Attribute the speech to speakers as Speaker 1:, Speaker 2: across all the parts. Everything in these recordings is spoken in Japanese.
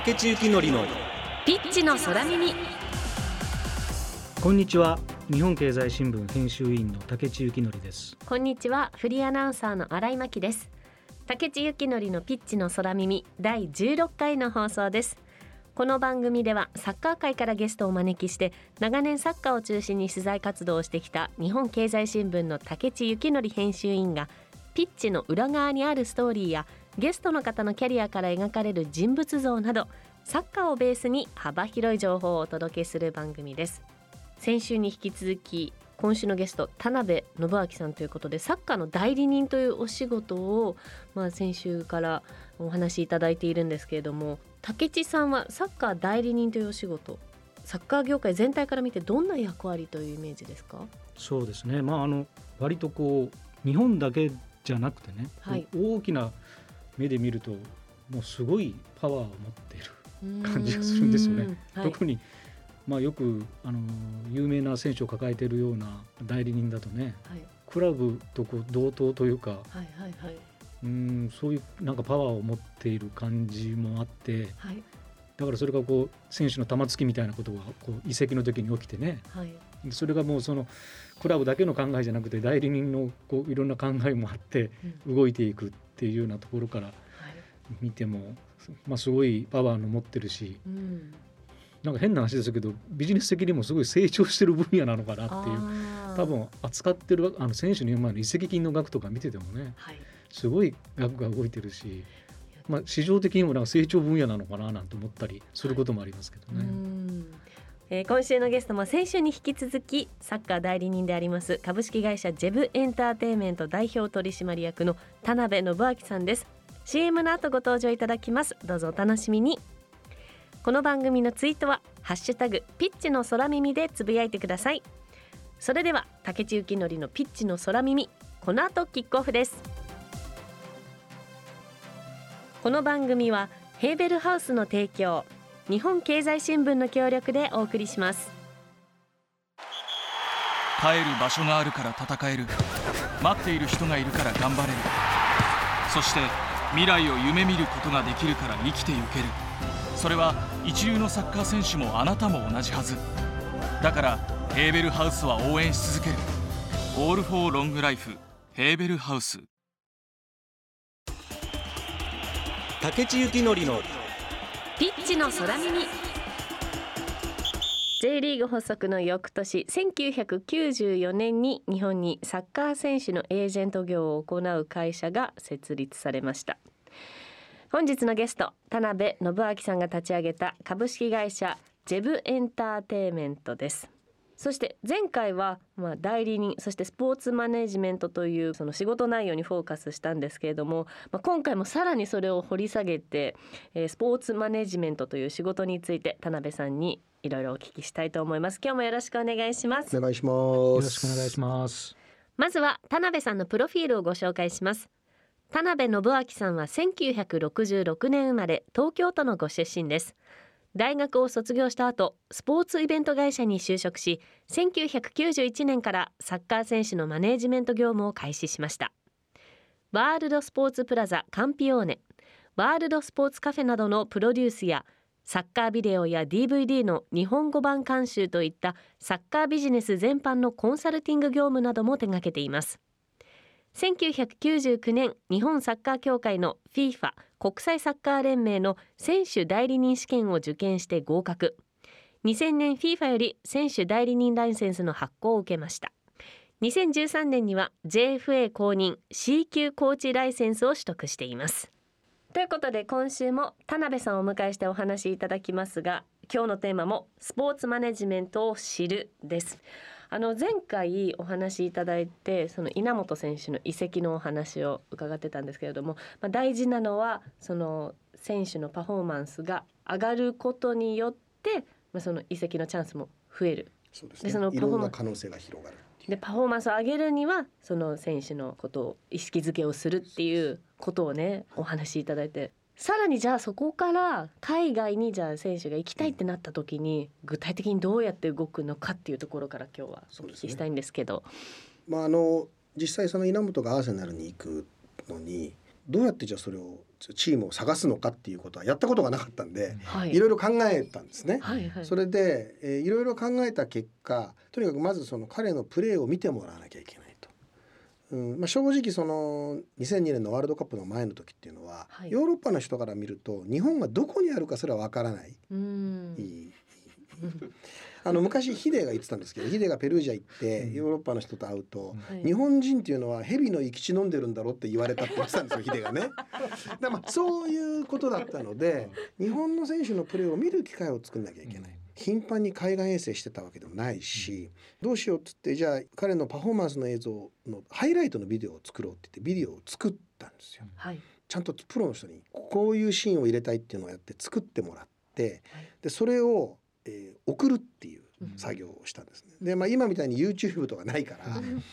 Speaker 1: 竹地幸典の
Speaker 2: ピッチの空耳。
Speaker 3: こんにちは。日本経済新聞編集員の竹地幸典です。
Speaker 2: こんにちは。フリーアナウンサーの新井真希です。竹地幸典のピッチの空耳第16回の放送です。この番組ではサッカー界からゲストをお招きして長年サッカーを中心に取材活動をしてきた日本経済新聞の竹地幸典編集員がピッチの裏側にあるストーリーやゲストの方のキャリアから描かれる人物像などサッカーをベースに幅広い情報をお届けする番組です。先週に引き続き今週のゲスト田辺信明さんということでサッカーの代理人というお仕事を、先週からお話しいただいているんですけれども、竹地さんはサッカー代理人というお仕事、サッカー業界全体から見てどんな役割というイメージですか？
Speaker 3: そうですね、割と日本だけじゃなくてね、大きな目で見るともうすごいパワーを持っている感じがするんですよね。特によく有名な選手を抱えているような代理人だとね、クラブと同等というか、そういうパワーを持っている感じもあって、だからそれが選手の玉突きみたいなことが移籍の時に起きてね、それがもうそのクラブだけの考えじゃなくて代理人のいろんな考えもあって動いていくっていうようなところから見ても、すごいパワーの持ってるし、変な話ですけどビジネス的にもすごい成長してる分野なのかなっていう、多分扱ってる選手の今の移籍金の額とか見ててもね、すごい額が動いてるし、市場的にも成長分野なのかななんて思ったりすることもありますけどね。
Speaker 2: 今週のゲストも先週に引き続きサッカー代理人であります株式会社ジェブエンターテイメント代表取締役の田辺信明さんです。 CM の後ご登場いただきます。どうぞお楽しみに。この番組のツイートはハッシュタグピッチの空耳でつぶやいてください。それでは竹地幸典のピッチの空耳、この後キックオフです。この番組はヘーベルハウスの提供、日本経済新聞の協力でお送りします。
Speaker 4: 帰る場所があるから戦える、待っている人がいるから頑張れる、そして未来を夢見ることができるから生きてゆける。それは一流のサッカー選手もあなたも同じはずだから、ヘーベルハウスは応援し続ける。オールフォーロングライフ、ヘーベルハウス。
Speaker 1: 竹地幸典の
Speaker 2: ピッチの空耳。 J リーグ発足の翌年1994年に日本にサッカー選手のエージェント業を行う会社が設立されました。本日のゲスト田辺信明さんが立ち上げた株式会社ジェブエンターテイメントです。そして前回は代理人、そしてスポーツマネジメントというその仕事内容にフォーカスしたんですけれども、今回もさらにそれを掘り下げてスポーツマネジメントという仕事について田辺さんにいろいろお聞きしたいと思います。今日もよろしくお願いします。
Speaker 5: お願いします。
Speaker 3: よろしくお願いします。
Speaker 2: まずは田辺さんのプロフィールをご紹介します。田辺信明さんは1966年生まれ、東京都のご出身です。大学を卒業した後、スポーツイベント会社に就職し、1991年からサッカー選手のマネージメント業務を開始しました。ワールドスポーツプラザカンピオーネ、ワールドスポーツカフェなどのプロデュースやサッカービデオや DVD の日本語版監修といったサッカービジネス全般のコンサルティング業務なども手掛けています。1999年、日本サッカー協会の FIFA 国際サッカー連盟の選手代理人試験を受験して合格。2000年 FIFA より選手代理人ライセンスの発行を受けました。2013年には JFA 公認 C 級コーチライセンスを取得しています。ということで今週も田辺さんをお迎えしてお話しいただきますが、今日のテーマもスポーツマネジメントを知るです。前回お話しいただいてその稲本選手の移籍のお話を伺ってたんですけれども、大事なのはその選手のパフォーマンスが上がることによって、その移籍のチャンスも増える。
Speaker 5: そうですね、
Speaker 2: でその
Speaker 5: いろんな可能性が広がる。
Speaker 2: でパフォーマンスを上げるにはその選手のことを意識づけをするっていうことをねお話しいただいて、さらにじゃあそこから海外にじゃあ選手が行きたいってなった時に具体的にどうやって動くのかっていうところから今日はお聞きしたいんですけど。
Speaker 5: 実際その稲本がアーセナルに行くのにどうやってじゃあそれをチームを探すのかっていうことはやったことがなかったんで、
Speaker 2: はい
Speaker 5: いろいろ考えたんですね。
Speaker 2: はいはい
Speaker 5: それで、いろいろ考えた結果、とにかくまずその彼のプレーを見てもらわなきゃいけないと。正直その2002年のワールドカップの前の時っていうのは、
Speaker 2: はい
Speaker 5: ヨーロッパの人から見ると日本がどこにあるかすらわからない。昔ヒデが言ってたんですけど、ヒデがペルージャ行ってヨーロッパの人と会うと、
Speaker 2: はい
Speaker 5: 日本人っていうのは蛇の生き血飲んでるんだろうって言われたって言ってたんですよ、ヒデがね。だからまあそういうことだったので、日本の選手のプレーを見る機会を作んなきゃいけない。頻繁に海外遠征してたわけでもないし、どうしようっつって、じゃあ彼のパフォーマンスの映像のハイライトのビデオを作ろうって言ってビデオを作ったんですよ。
Speaker 2: はい
Speaker 5: ちゃんとプロの人にこういうシーンを入れたいっていうのをやって作ってもらって、でそれを、送るっていう作業をしたんですね。で、今みたいに YouTube とかないから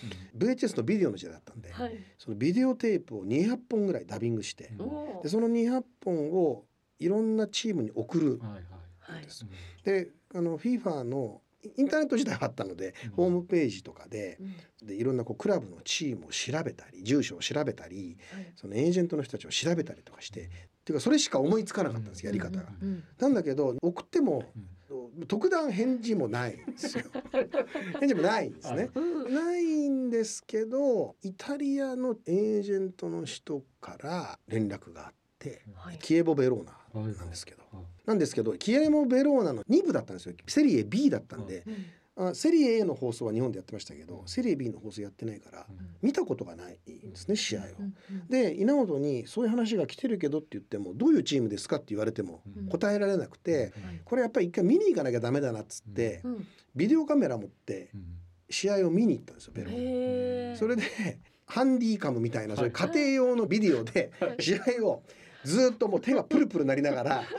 Speaker 5: VHS のビデオの時代だったんで、
Speaker 2: はい
Speaker 5: そのビデオテープを200本ぐらいダビングして、でその200本をいろんなチームに送るんです。でFIFA のインターネット時代はあったので、ホームページとかでいろんなクラブのチームを調べたり住所を調べたり、そのエージェントの人たちを調べたりとかして、っていうかそれしか思いつかなかったんです、やり方が。なんだけど送っても特段返事もないんですよ。返事もないんですね。ないんですけど、イタリアのエージェントの人から連絡があって、キエボ・ベローナなんですけど、キエボ・ベローナの2部だったんですよ。セリエ B だったんで、セリエ A の放送は日本でやってましたけど、セリエ B の放送やってないから見たことがないんですね、試合を。で稲本にそういう話が来てるけどって言っても、どういうチームですかって言われても答えられなくて、これやっぱり一回見に行かなきゃダメだなっつって、ビデオカメラ持って試合を見に行ったんですよ、ベローナ。それでハンディカムみたいな、そういう家庭用のビデオで試合をずっともう手がプルプルなりながら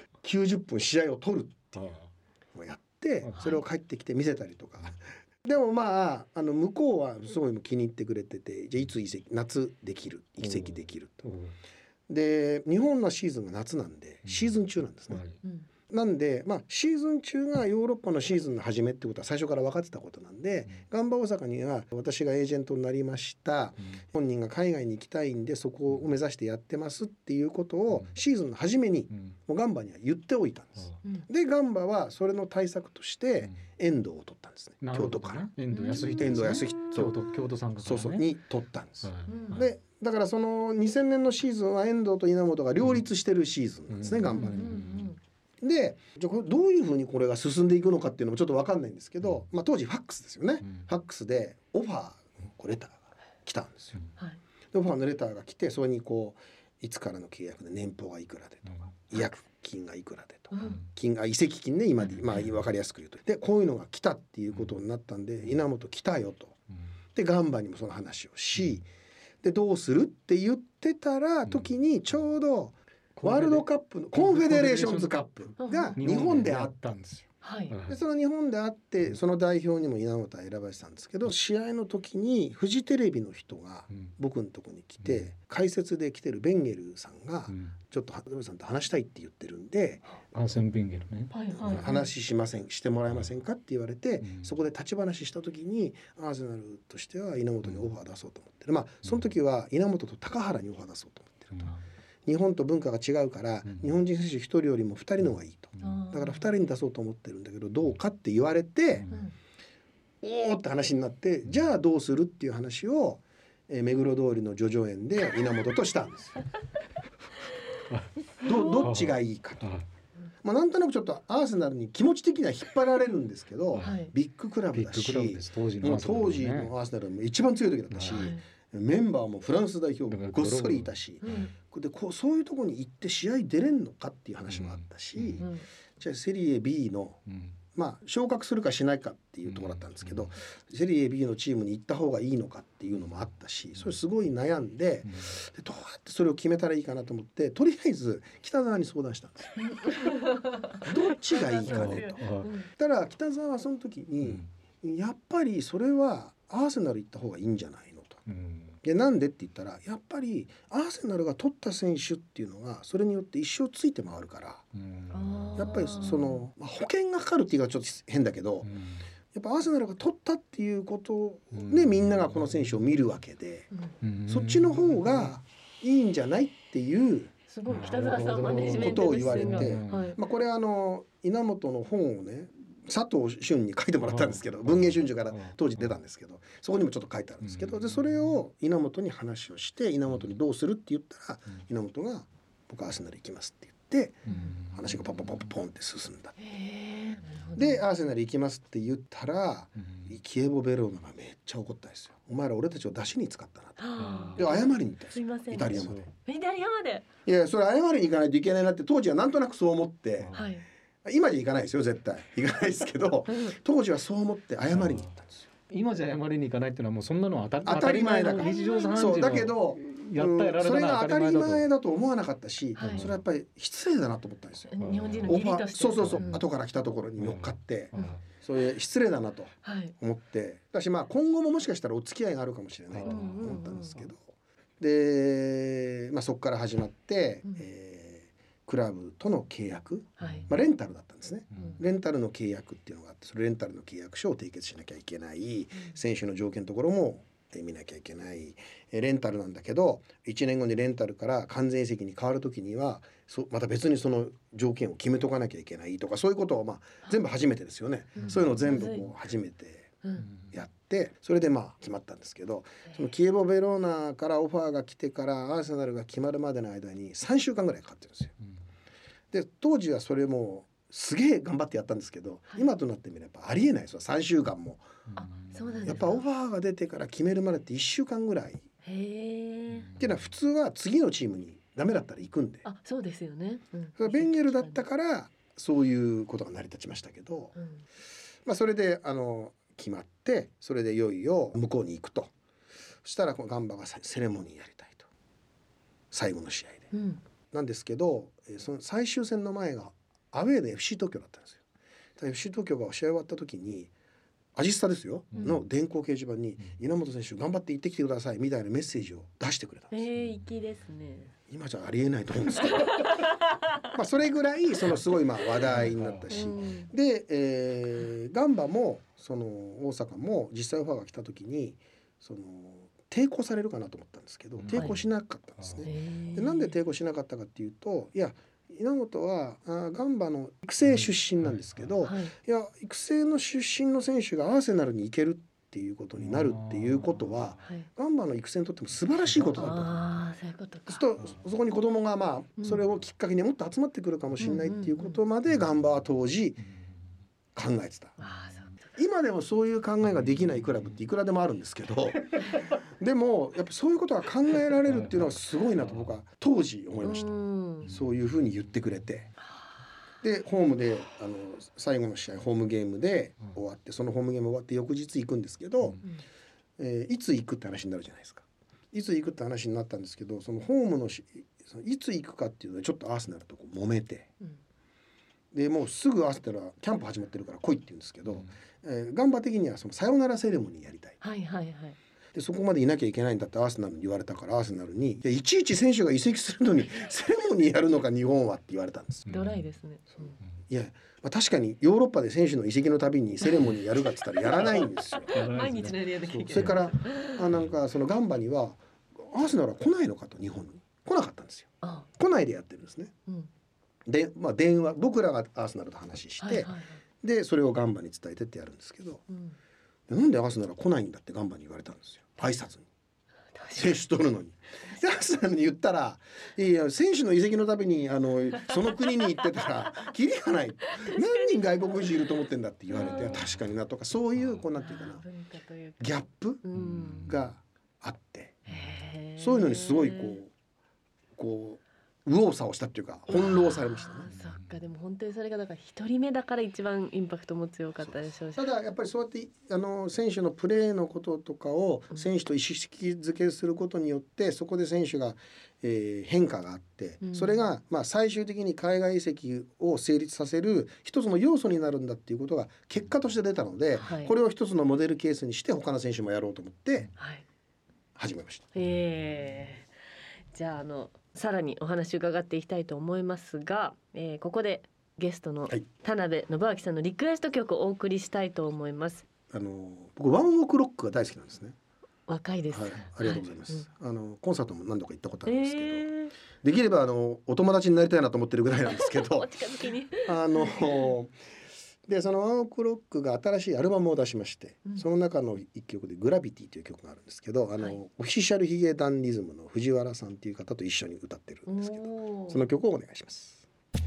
Speaker 5: 90分試合を撮るっていうのをやって、それを帰ってきて見せたりとか。でも向こうはすごい気に入ってくれてて、じゃあいつ移籍、夏できる、移籍できると。で日本のシーズンが夏なんでシーズン中なんですね。なんでシーズン中がヨーロッパのシーズンの始めってことは最初から分かってたことなんで、ガンバ大阪には私がエージェントになりました、本人が海外に行きたいんでそこを目指してやってますっていうことをシーズンの初めにもうガンバには言っておいたんです。でガンバはそれの対策として遠藤を取ったんですね、京都から。
Speaker 3: 遠藤康人、京都参加から
Speaker 5: に取ったんです。でだからその2000年のシーズンは遠藤と稲本が両立してるシーズンなんですね、ガンバで。でじゃあこれどういうふうにこれが進んでいくのかっていうのもちょっと分かんないんですけど、当時ファックスですよね、ファックスでオファーレターが来たんですよ。でオファーのレターが来て、それにいつからの契約で年俸がいくらでとか、違約金がいくらでとか、移籍金ね、今で分かりやすく言うと、でこういうのが来たっていうことになったんで、稲本来たよと。でガンバにもその話をし、でどうするって言ってたら時にちょうどワールドカップのコンフェデレーションズカップが日本であったんですよ。でその日本であって、その代表にも稲本は選ばれてたんですけど、試合の時にフジテレビの人が僕のとこに来て、解説で来てるベンゲルさんがちょっと羽鳥さんと話したいって言ってるんで、
Speaker 3: アーセン・ベンゲルね、
Speaker 5: 話してもらえませんかって言われて、そこで立ち話した時にアーセナルとしては稲本にオファー出そうと思ってる。その時は稲本と高原にオファー出そうと思ってると。日本と文化が違うから、日本人選手1人よりも2人の方がいいと、だから2人に出そうと思ってるんだけどどうかって言われて、おーって話になって、じゃあどうするっていう話を、目黒通りの叙々苑で稲本としたんですよ。どっちがいいかと。なんとなくちょっとアーセナルに気持ち的には引っ張られるんですけど、ビッグクラブだし、当時のアーセナルも一番強い時だったし、メンバーもフランス代表ごっそりいたし、でそういうところに行って試合出れんのかっていう話もあったし、じゃあセリエ B の昇格するかしないかっていうところだったんですけど、セリエ B のチームに行った方がいいのかっていうのもあったし、それすごい悩んで、どうやってそれを決めたらいいかなと思って、とりあえず北澤に相談したんです。どっちがいいかねと。ただ北澤はその時に、やっぱりそれはアーセナル行った方がいいんじゃないのと。でなんでって言ったら、やっぱりアーセナルが取った選手っていうのがそれによって一生ついて回るから、やっぱりその、保険がかかるっていうのはちょっと変だけど、やっぱアーセナルが取ったっていうことでみんながこの選手を見るわけで、そっちの方がいいんじゃないっていう
Speaker 2: すごい北澤さんマネジメント
Speaker 5: ことを言われて、
Speaker 2: はい、
Speaker 5: これ稲本の本をね佐藤俊に書いてもらったんですけど、文藝春秋から当時出たんですけど、そこにもちょっと書いてあるんですけど、でそれを稲本に話をして、稲本にどうするって言ったら、稲本が僕アーセナル行きますって言って、話がポンポンポンポンって進んだ。でアーセナル行きますって言ったら、キエボ・ベローナがめっちゃ怒ったんですよ。お前ら俺たちを出しに使ったなと。で謝りに行ったんですよ。イタリアまで。
Speaker 2: イタリアまで。
Speaker 5: いやそれ謝りに行かないといけないなって当時はなんとなくそう思って、はい、今じゃ行かないですよ、絶対行かないですけど当時はそう思って謝りに行ったんですよ。
Speaker 3: 今じゃ謝りに行かないっていうのはもうそんなの当
Speaker 5: たり前だから、
Speaker 3: 日常茶飯事の
Speaker 5: そうだけど
Speaker 3: やったやられた
Speaker 5: それが当たり前だと思わなかったし、それはやっぱり失礼だなと思ったんですよ。
Speaker 2: 日本人の義理として。
Speaker 5: そう、後から来たところに乗っかって、それ失礼だなと思って、私今後ももしかしたらお付き合いがあるかもしれないと思ったんですけど、で、そこから始まって、クラブとの契約、レンタルだったんですね、レンタルの契約っていうのがあって、それレンタルの契約書を締結しなきゃいけない、選手の条件のところも見なきゃいけない、レンタルなんだけど1年後にレンタルから完全移籍に変わる時にはまた別にその条件を決めとかなきゃいけないとか、そういうことを全部初めてですよね、そういうのを全部こう初めてやって、それで決まったんですけど、そのキエボ・ベローナからオファーが来てからアーセナルが決まるまでの間に3週間ぐらいかかってるんですよ。で当時はそれもすげえ頑張ってやったんですけど、今となってみればありえないですよ、3週間も。
Speaker 2: そうなんですか。
Speaker 5: やっぱオファーが出てから決めるまでって1週間ぐらい。っていうのは普通は次のチームにダメだったら行くんで。
Speaker 2: そうですよね。
Speaker 5: ベンゲルだったからそういうことが成り立ちましたけど、それで決まって、それでいよいよ向こうに行くと。そしたらこのガンバがセレモニーやりたいと、最後の試合で、なんですけど、その最終戦の前がアウェーで FC 東京だったんですよ。FC 東京が試合終わった時にアジスタですよ、の電光掲示板に稲本選手頑張って行ってきてくださいみたいなメッセージを出してくれたんです。
Speaker 2: 粋ですね。
Speaker 5: 今じゃありえないと思うんですけどそれぐらいすごい話題になったし、で、ガンバもその大阪も実際オファーが来た時に抵抗されるかなと思ったんですけど、抵抗しなかったんですね。でなんで抵抗しなかったかっていうと、いや稲本はガンバの育成出身なんですけど、いや育成の出身の選手がアーセナルに行けるっていうことになるっていうことは、ガンバの育成にとっても素晴らしいことだと。
Speaker 2: そういうことか。
Speaker 5: そこに子供がそれをきっかけにもっと集まってくるかもしれないっていうことまでガンバは当時考えてた。今でもそういう考えができないクラブっていくらでもあるんですけどでもやっぱそういうことが考えられるっていうのはすごいなと僕は当時思いました。そういうふうに言ってくれて、でホームで最後の試合ホームゲームで終わって、そのホームゲーム終わって翌日行くんですけど、いつ行くって話になるじゃないですか。いつ行くって話になったんですけど、そのホームのいつ行くかっていうのでちょっとアーセナルと揉めて、でもうすぐアーセナルはキャンプ始まってるから来いって言うんですけど、ガンバ的にはそのさよならセレモニーやりたい。でそこまでいなきゃいけないんだってアーセナルに言われたから、アーセナルにいちいち選手が移籍するのにセレモニーやるのか日本はって言われたんです。
Speaker 2: ドライですね。
Speaker 5: いや、確かにヨーロッパで選手の移籍のたびにセレモニーやるかって言ったらやらないんですよ
Speaker 2: 毎日のようにやらなきゃいけない。
Speaker 5: それからなんかそのガンバにはアーセナルは来ないのかと、日本に来なかったんですよ。来ないでやってるんですね。で、電話、僕らがアーセナルと話して、でそれをガンバに伝えてってやるんですけど、なんでアーセナルは来ないんだってガンバに言われたんですよ、挨拶に。選手取るのに。でアーセナルに言ったら、いや選手の移籍のたびにその国に行ってたらキリがない、何人外国人いると思ってんだって言われて、確かになとか、そういうなんていうかな、ギャップがあって、そういうのにすごいこう右往左往したっていうか翻弄されましたね。
Speaker 2: そっか、でも本当にそれがだから一人目だから一番インパクトも強かったでしょうし、
Speaker 5: ただやっぱりそうやって選手のプレーのこととかを選手と意識づけすることによって、そこで選手が、変化があって、それが最終的に海外移籍を成立させる一つの要素になるんだっていうことが結果として出たので、これを一つのモデルケースにして他の選手もやろうと思って始めました。
Speaker 2: じゃあさらにお話伺っていきたいと思いますが、ここでゲストの田辺信明さんのリクエスト曲をお送りしたいと思います。
Speaker 5: 僕ワンオクロックが大好きなんですね。
Speaker 2: 若いです、
Speaker 5: ありがとうございます、コンサートも何度か行ったことあるんですけど、 できればお友達になりたいなと思ってるぐらいなんですけど
Speaker 2: お近づきに
Speaker 5: でそのワンオクロックが新しいアルバムを出しまして、その中の一曲でグラビティという曲があるんですけど、オフィシャルヒゲダンディズムの藤原さんという方と一緒に歌ってるんですけど、その曲をお願いします。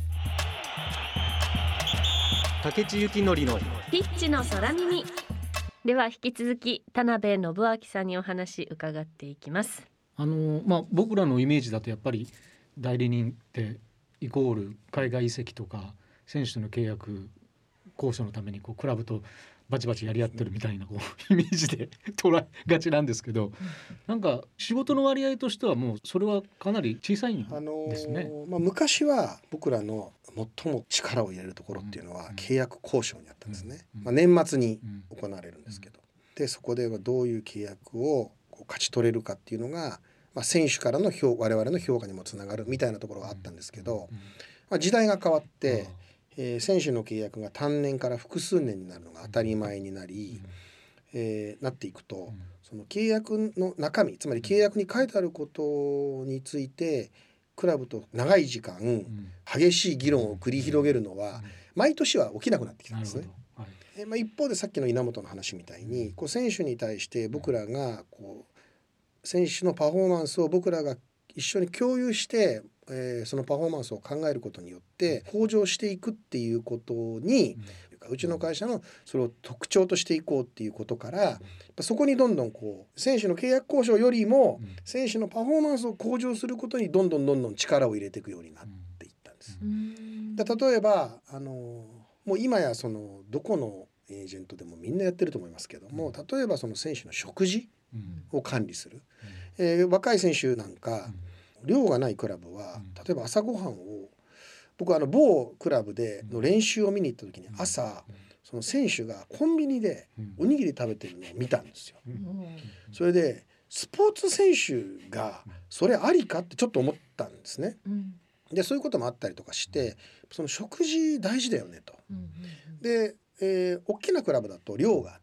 Speaker 1: 竹地幸典の
Speaker 2: ピッチの空耳。では引き続き田辺信明さんにお話伺っていきます。
Speaker 3: 僕らのイメージだとやっぱり代理人ってイコール海外移籍とか選手との契約交渉のためにクラブとバチバチやり合ってるみたいなイメージで捉えがちなんですけど、なんか仕事の割合としてはもうそれはかなり小さいんですね。
Speaker 5: 昔は僕らの最も力を入れるところっていうのは契約交渉にあったんですね。年末に行われるんですけど、でそこではどういう契約を勝ち取れるかっていうのが、選手からの我々の評価にもつながるみたいなところがあったんですけど、時代が変わって、選手の契約が単年から複数年になるのが当たり前になり、なっていくと、その契約の中身、つまり契約に書いてあることについてクラブと長い時間、激しい議論を繰り広げるのは毎年は起きなくなってきたんですね。一方でさっきの稲本の話みたいに選手に対して僕らが選手のパフォーマンスを僕らが一緒に共有して、そのパフォーマンスを考えることによって向上していくっていうことに、うちの会社のそれを特徴としていこうっていうことから、そこにどんどん選手の契約交渉よりも選手のパフォーマンスを向上することにどんどん力を入れていくようになっていったんです。例えばもう今やどこのエージェントでもみんなやってると思いますけども、例えばその選手の食事を管理する、若い選手なんか寮がないクラブは例えば朝ごはんを、僕某クラブでの練習を見に行った時に朝その選手がコンビニでおにぎり食べてるのを見たんですよ。それでスポーツ選手がそれありかってちょっと思ったんですね。でそういうこともあったりとかして、その食事大事だよねと。で、大きなクラブだと寮があって、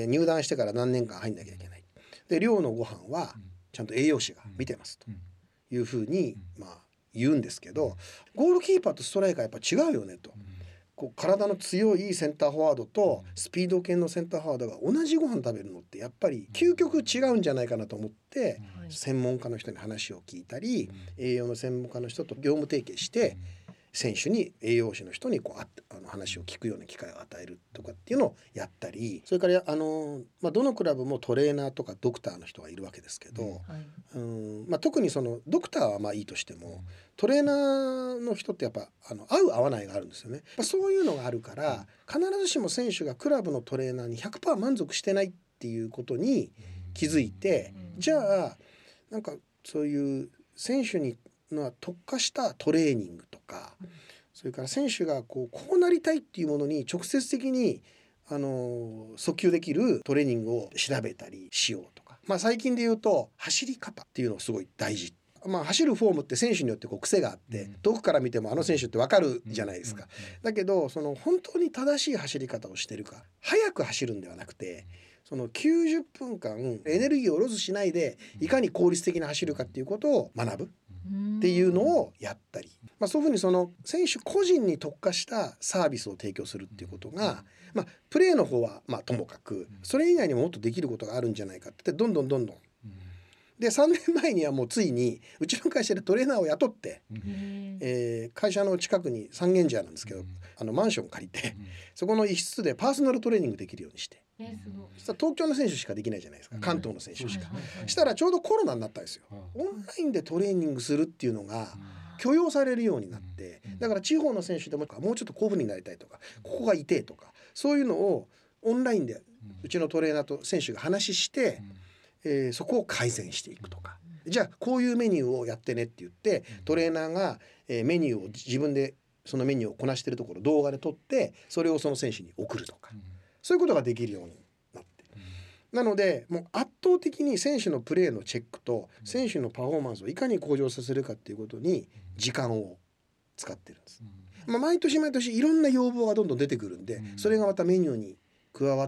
Speaker 5: 入団してから何年間入んなきゃいけない。で寮のご飯はちゃんと栄養士が見てますというふうに言うんですけど、ゴールキーパーとストライカーやっぱ違うよねと。体の強いセンターフォワードとスピード系のセンターフォワードが同じご飯食べるのってやっぱり究極違うんじゃないかなと思って、専門家の人に話を聞いたり、栄養の専門家の人と業務提携して選手に栄養士の人に話を聞くような機会を与えるとかっていうのをやったり、それからどのクラブもトレーナーとかドクターの人がいるわけですけど、特にそのドクターはいいとしてもトレーナーの人ってやっぱ合う合わないがあるんですよね。そういうのがあるから必ずしも選手がクラブのトレーナーに 100% 満足してないっていうことに気づいて、じゃあなんかそういう選手に特化したトレーニングとか、それから選手がこうなりたいっていうものに直接的に訴求できるトレーニングを調べたりしようとか、最近で言うと走り方っていうのがすごい大事。走るフォームって選手によって癖があって、遠くから見ても選手って分かるじゃないですか。だけどその本当に正しい走り方をしてるか、速く走るんではなくてその90分間エネルギーをロスしないでいかに効率的に走るかっていうことを学ぶっていうのをやったり、そういうふうにその選手個人に特化したサービスを提供するっていうことが、プレーの方はともかくそれ以外にももっとできることがあるんじゃないかってどんどんで3年前にはもうついにうちの会社でトレーナーを雇って、会社の近くに三軒茶屋なんですけど、マンションを借りて、そこの一室でパーソナルトレーニングできるようにして、東京の選手しかできないじゃないですか、関東の選手しか。したらちょうどコロナになったんですよ。オンラインでトレーニングするっていうのが許容されるようになって、だから地方の選手でももうちょっとこういう風になりたいとか、ここが痛いとか、そういうのをオンラインでうちのトレーナーと選手が話してそこを改善していくとか、じゃあこういうメニューをやってねって言ってトレーナーがメニューを自分でそのメニューをこなしてるところを動画で撮ってそれをその選手に送るとか、そういうことができるようになって、なのでもう圧倒的に選手のプレーのチェックと選手のパフォーマンスをいかに向上させるかっていうことに時間を使ってるんです。毎年毎年いろんな要望がどんどん出てくるんで、それがまたメニューに加わっていっ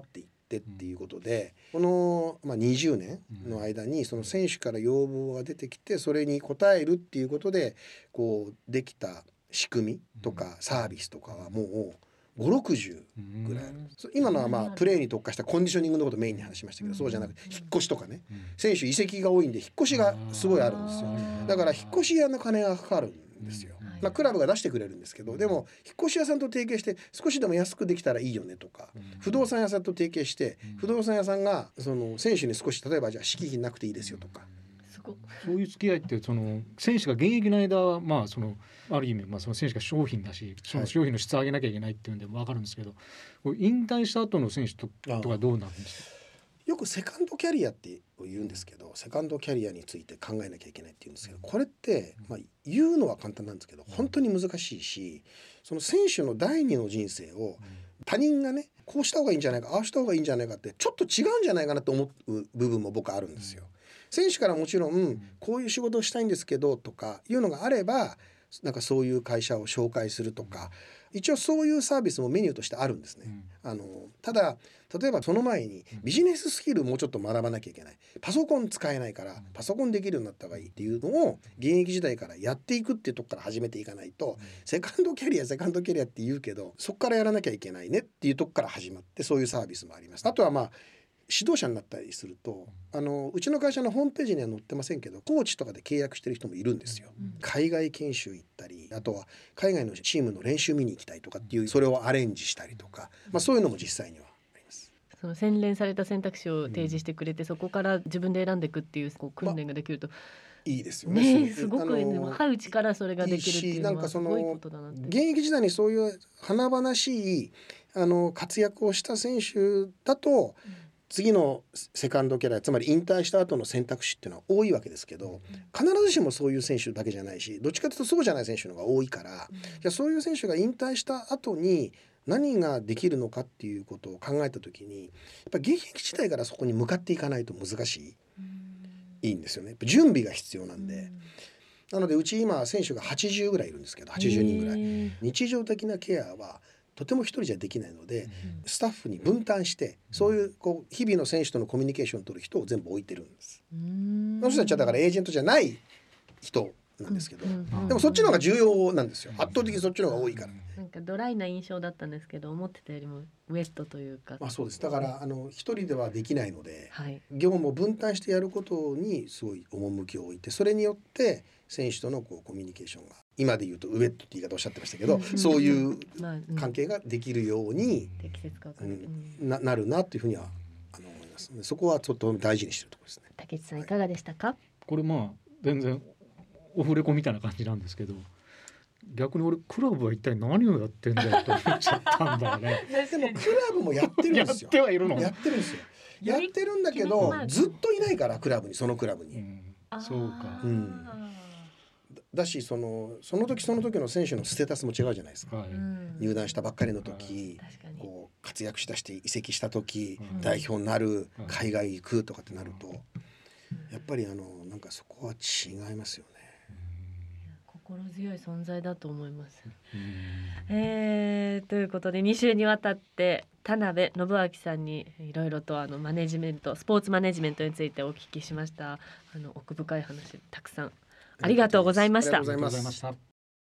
Speaker 5: ってっていうことで、この、20年の間にその選手から要望が出てきてそれに応えるっていうことでこうできた仕組みとかサービスとかはもう5、60ぐらいある。今のはプレーに特化したコンディショニングのことをメインに話しましたけど、そうじゃなくて引っ越しとかね、選手移籍が多いんで引っ越しがすごいあるんですよ。だから引っ越し屋の金がかかるんですよ。クラブが出してくれるんですけど、でも引っ越し屋さんと提携して少しでも安くできたらいいよねとか、不動産屋さんと提携して不動産屋さんがその選手に少し例えばじゃあ敷金なくていいですよとか、
Speaker 3: そういう付き合いってその選手が現役の間はそのある意味その選手が商品だし、その商品の質を上げなきゃいけないっていうんで分かるんですけど、引退した後の選手とかどうなるんですか？
Speaker 5: よくセカンドキャリアって言うんですけど、セカンドキャリアについて考えなきゃいけないって言うんですけど、これって言うのは簡単なんですけど本当に難しいし、その選手の第二の人生を他人がねこうした方がいいんじゃないかああした方がいいんじゃないかってちょっと違うんじゃないかなと思う部分も僕はあるんですよ。選手からもちろんこういう仕事をしたいんですけどとかいうのがあればなんかそういう会社を紹介するとか、一応そういうサービスもメニューとしてあるんですね。ただ例えばその前にビジネススキルもうちょっと学ばなきゃいけない、パソコン使えないからパソコンできるようになった方がいいっていうのを現役時代からやっていくっていうとこから始めていかないと、セカンドキャリアって言うけどそこからやらなきゃいけないねっていうとこから始まって、そういうサービスもあります。あとは指導者になったりするとうちの会社のホームページには載ってませんけどコーチとかで契約してる人もいるんですよ。海外研修行ったり、あとは海外のチームの練習見に行きたいとかっていう、それをアレンジしたりとか、そういうのも実際にはあります。
Speaker 2: その洗練された選択肢を提示してくれて、そこから自分で選んでいくっていう訓練ができると
Speaker 5: いいですよね。
Speaker 2: すごく若いうちからそれができるっていうのはすごいことだなって。
Speaker 5: 現役時代にそういう華々しい活躍をした選手だと、次のセカンドキャリア、つまり引退した後の選択肢っていうのは多いわけですけど、必ずしもそういう選手だけじゃないし、どっちかというとそうじゃない選手の方が多いから、じゃあそういう選手が引退した後に何ができるのかっていうことを考えた時に、やっぱ現役時代からそこに向かっていかないと難しいんですよね。やっぱ準備が必要なんで。なのでうち今選手が80ぐらいいるんですけど、80人ぐらい。日常的なケアはとても一人じゃできないので、スタッフに分担してそういう日々の選手とのコミュニケーションを取る人を全部置いてるんです。その人たちはだからエージェントじゃない人なんですけど、でもそっちの方が重要なんですよ。圧倒的にそっちの方が多いから。
Speaker 2: なんかドライな印象だったんですけど、思ってたよりもウェットというか。
Speaker 5: そうです。だから一人ではできないので、業務を分担してやることにすごい趣を置いて、それによって選手とのコミュニケーションが、今で言うとウェットって言い方おっしゃってましたけど、そういう関係ができるようになるなというふうには思います。そこはちょっと大事にしてるところですね。
Speaker 2: 竹内さんいかがでしたか？
Speaker 3: これ全然オフレコみたいな感じなんですけど、逆に俺クラブは一体何をやってんだよと思っちゃったんだよね。
Speaker 5: でもクラブもやってるんですよ。
Speaker 3: やってはいるの。
Speaker 5: やってるんですよ。やってるんだけどずっといないからクラブに、そのクラブに。
Speaker 3: そうか。
Speaker 5: だしその時その時の選手のステータスも違うじゃないですか。入団したばっかりの時、活躍しだして移籍した時、代表になる、海外行くとかってなると、やっぱりなんかそこは違いますよね。
Speaker 2: 心強い存在だと思います。ということで2週にわたって田辺信明さんにいろいろとマネジメント、スポーツマネジメントについてお聞きしました。奥深い話たくさんありがとうございました。
Speaker 5: ありがとうございました。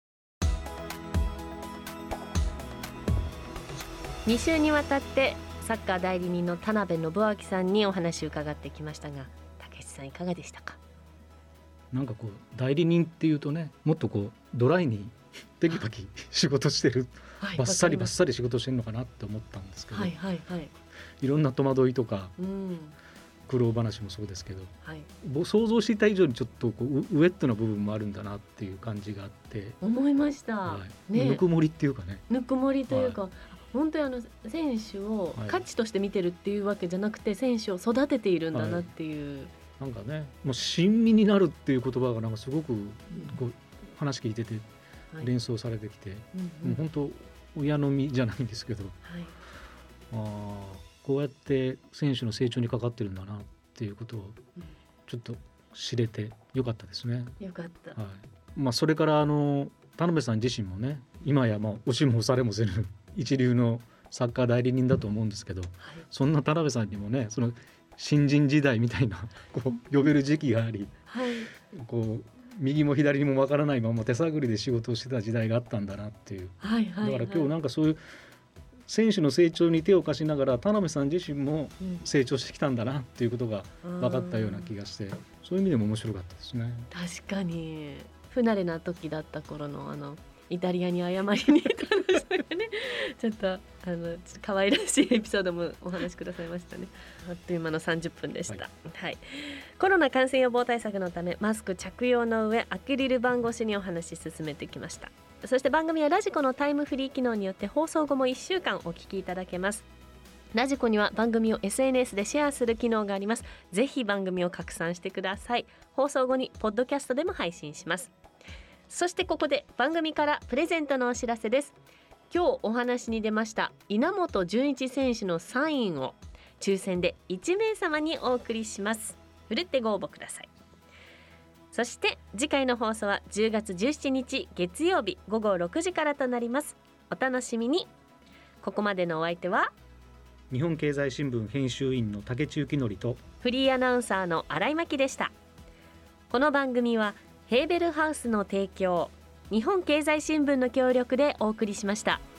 Speaker 2: 2週にわたってサッカー代理人の田辺信明さんにお話を伺ってきましたが、竹内さんいかがでしたか？
Speaker 3: なんか代理人っていうとね、もっとドライにテキパキ仕事してる、バッサリ仕事してるのかなって思ったんですけど、いろんな戸惑いとか、苦労話もそうですけど、想像していた以上にちょっとウェットな部分もあるんだなっていう感じがあって
Speaker 2: 思いました、
Speaker 3: ぬくもりっていうかね、
Speaker 2: ぬくもりというか、本当に選手を価値として見てるっていうわけじゃなくて、選手を育てているんだなっていう、
Speaker 3: なんかね、もう親身になるっていう言葉がなんかすごく話聞いてて連想されてきて、もう本当親の身じゃないんですけど、こうやって選手の成長にかかってるんだなっていうことをちょっと知れてよかったですね。
Speaker 2: よかった、
Speaker 3: それから田辺さん自身もね、今や押しも押されもせぬ一流のサッカー代理人だと思うんですけど、そんな田辺さんにもねその新人時代みたいなこう呼べる時期があり、こう右も左にも分からないまま手探りで仕事をしてた時代があったんだなっていう、だから今日なんかそういう選手の成長に手を貸しながら田辺さん自身も成長してきたんだなっていうことが分かったような気がして、そういう意味でも面白かったですね。
Speaker 2: 確かに不慣れな時だった頃のイタリアに謝りに行った話とかねちょっと可愛らしいエピソードもお話しくださいましたね。あっという間の30分でした、コロナ感染予防対策のためマスク着用の上アクリル板越しにお話し進めてきました。そして番組はラジコのタイムフリー機能によって放送後も1週間お聞きいただけます。ラジコには番組を SNS でシェアする機能があります。ぜひ番組を拡散してください。放送後にポッドキャストでも配信します。そしてここで番組からプレゼントのお知らせです。今日お話に出ました稲本潤一選手のサインを抽選で1名様にお送りします。ふるってご応募ください。そして次回の放送は10月17日月曜日午後6時からとなります。お楽しみに。ここまでのお相手は
Speaker 3: 日本経済新聞編集員の竹地幸則と
Speaker 2: フリーアナウンサーの新井真希でした。この番組はヘーベルハウスの提供、日本経済新聞の協力でお送りしました。